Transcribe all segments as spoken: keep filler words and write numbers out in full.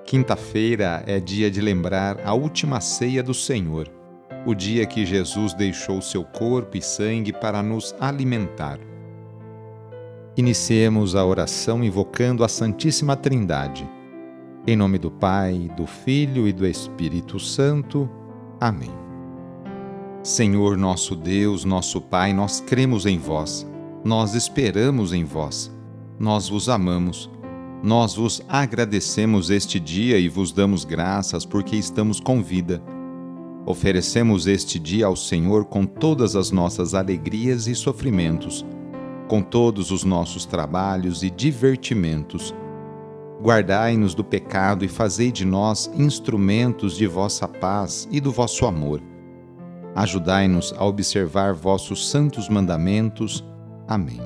Quinta-feira é dia de lembrar a última ceia do Senhor, o dia que Jesus deixou seu corpo e sangue para nos alimentar. Iniciemos a oração invocando a Santíssima Trindade. Em nome do Pai, do Filho e do Espírito Santo. Amém. Senhor nosso Deus, nosso Pai, nós cremos em vós, nós esperamos em vós, nós vos amamos. Nós vos agradecemos este dia e vos damos graças porque estamos com vida. Oferecemos este dia ao Senhor com todas as nossas alegrias e sofrimentos, com todos os nossos trabalhos e divertimentos. Guardai-nos do pecado e fazei de nós instrumentos de vossa paz e do vosso amor. Ajudai-nos a observar vossos santos mandamentos. Amém.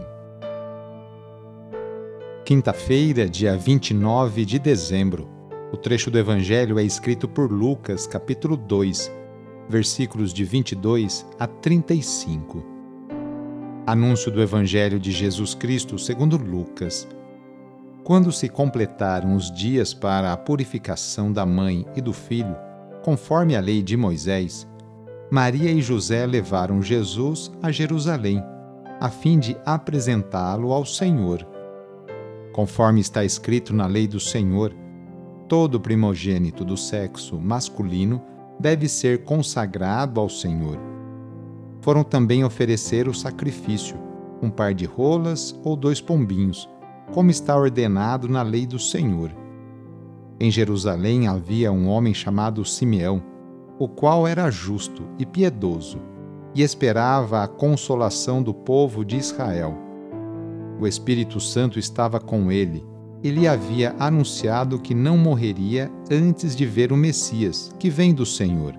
Quinta-feira, dia vinte e nove de dezembro. O trecho do Evangelho é escrito por Lucas, capítulo dois, versículos de vinte e dois a trinta e cinco. Anúncio do Evangelho de Jesus Cristo segundo Lucas. Quando se completaram os dias para a purificação da mãe e do filho, conforme a lei de Moisés, Maria e José levaram Jesus a Jerusalém, a fim de apresentá-lo ao Senhor. Conforme está escrito na lei do Senhor, todo primogênito do sexo masculino deve ser consagrado ao Senhor. Foram também oferecer o sacrifício, um par de rolas ou dois pombinhos, como está ordenado na lei do Senhor. Em Jerusalém havia um homem chamado Simeão, o qual era justo e piedoso, e esperava a consolação do povo de Israel. O Espírito Santo estava com ele e lhe havia anunciado que não morreria antes de ver o Messias, que vem do Senhor.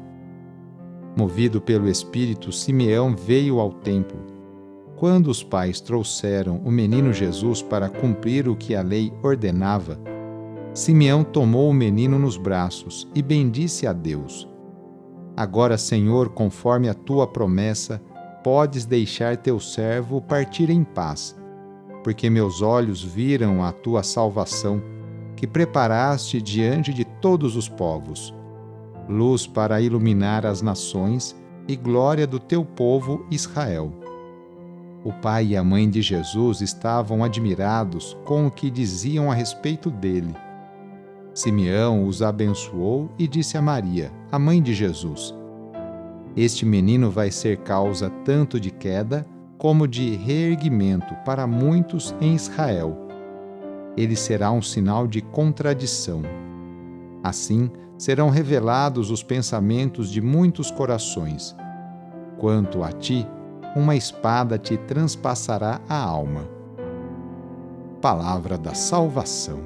Movido pelo Espírito, Simeão veio ao templo. Quando os pais trouxeram o menino Jesus para cumprir o que a lei ordenava, Simeão tomou o menino nos braços e bendisse a Deus. Agora, Senhor, conforme a tua promessa, podes deixar teu servo partir em paz, porque meus olhos viram a tua salvação, que preparaste diante de todos os povos, luz para iluminar as nações e glória do teu povo Israel. O pai e a mãe de Jesus estavam admirados com o que diziam a respeito dele. Simeão os abençoou e disse a Maria, a mãe de Jesus: Este menino vai ser causa tanto de queda como de reerguimento para muitos em Israel. Ele será um sinal de contradição. Assim, serão revelados os pensamentos de muitos corações. Quanto a ti, uma espada te transpassará a alma. Palavra da salvação.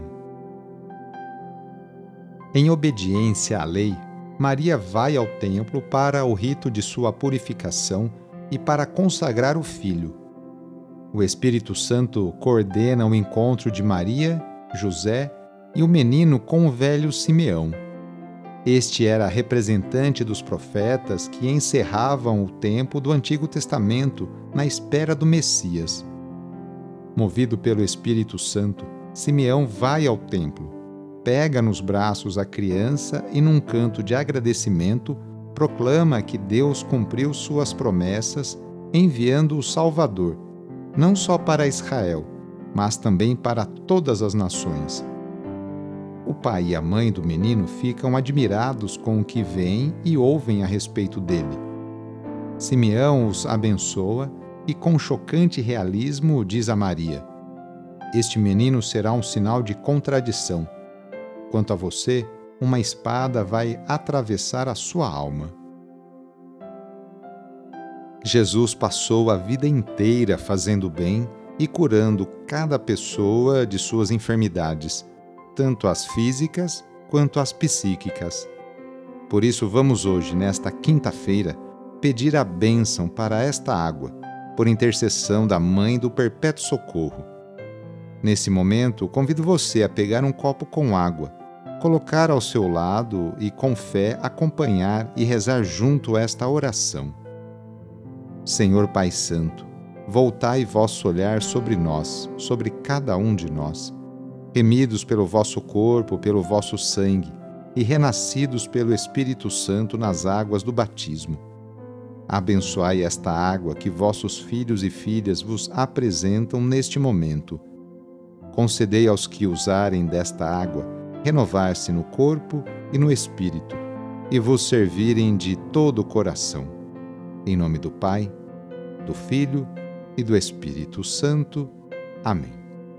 Em obediência à lei, Maria vai ao templo para o rito de sua purificação e para consagrar o filho. O Espírito Santo coordena o encontro de Maria, José e o menino com o velho Simeão. Este era representante dos profetas que encerravam o tempo do Antigo Testamento na espera do Messias. Movido pelo Espírito Santo, Simeão vai ao templo, pega nos braços a criança e, num canto de agradecimento, proclama que Deus cumpriu suas promessas enviando o Salvador, não só para Israel, mas também para todas as nações. O pai e a mãe do menino ficam admirados com o que veem e ouvem a respeito dele. Simeão os abençoa e, com chocante realismo, diz a Maria: Este menino será um sinal de contradição. Quanto a você, uma espada vai atravessar a sua alma. Jesus passou a vida inteira fazendo bem e curando cada pessoa de suas enfermidades, tanto as físicas quanto as psíquicas. Por isso, vamos hoje, nesta quinta-feira, pedir a bênção para esta água, por intercessão da Mãe do Perpétuo Socorro. Nesse momento, convido você a pegar um copo com água, colocar ao seu lado e, com fé, acompanhar e rezar junto esta oração. Senhor Pai Santo, voltai vosso olhar sobre nós, sobre cada um de nós. remidos pelo vosso corpo, pelo vosso sangue, e renascidos pelo Espírito Santo nas águas do batismo. Abençoai esta água que vossos filhos e filhas vos apresentam neste momento. Concedei aos que usarem desta água renovar-se no corpo e no espírito, e vos servirem de todo o coração. Em nome do Pai, do Filho e do Espírito Santo. Amém.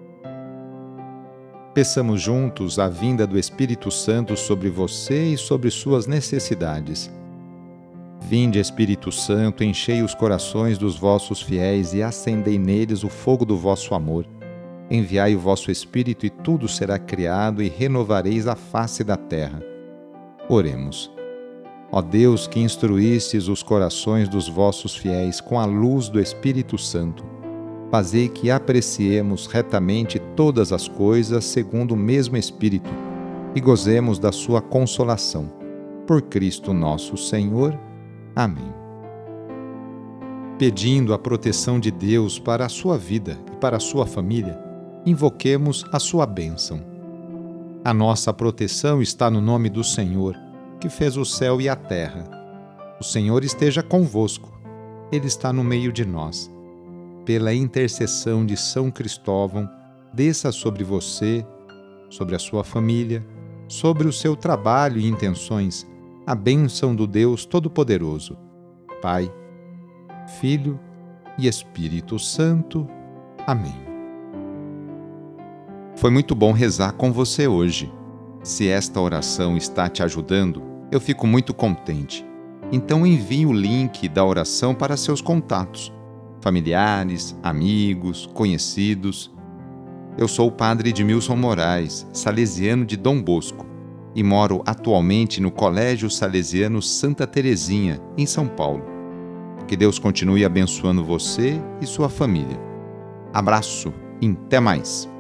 Peçamos juntos a vinda do Espírito Santo sobre você e sobre suas necessidades. Vinde, Espírito Santo, enchei os corações dos vossos fiéis e acendei neles o fogo do vosso amor. Enviai o vosso Espírito e tudo será criado e renovareis a face da terra. Oremos. Ó Deus, que instruístes os corações dos vossos fiéis com a luz do Espírito Santo, fazei que apreciemos retamente todas as coisas segundo o mesmo Espírito e gozemos da sua consolação. Por Cristo nosso Senhor. Amém. Pedindo a proteção de Deus para a sua vida e para a sua família, invoquemos a sua bênção. A nossa proteção está no nome do Senhor, que fez o céu e a terra. O Senhor esteja convosco. Ele está no meio de nós. Pela intercessão de São Cristóvão, desça sobre você, sobre a sua família, sobre o seu trabalho e intenções, a bênção do Deus Todo-Poderoso, Pai, Filho e Espírito Santo. Amém. Foi muito bom rezar com você hoje. Se esta oração está te ajudando, eu fico muito contente. Então envie o link da oração para seus contatos, familiares, amigos, conhecidos. Eu sou o padre Edmilson Moraes, salesiano de Dom Bosco, e moro atualmente no Colégio Salesiano Santa Terezinha, em São Paulo. Que Deus continue abençoando você e sua família. Abraço e até mais!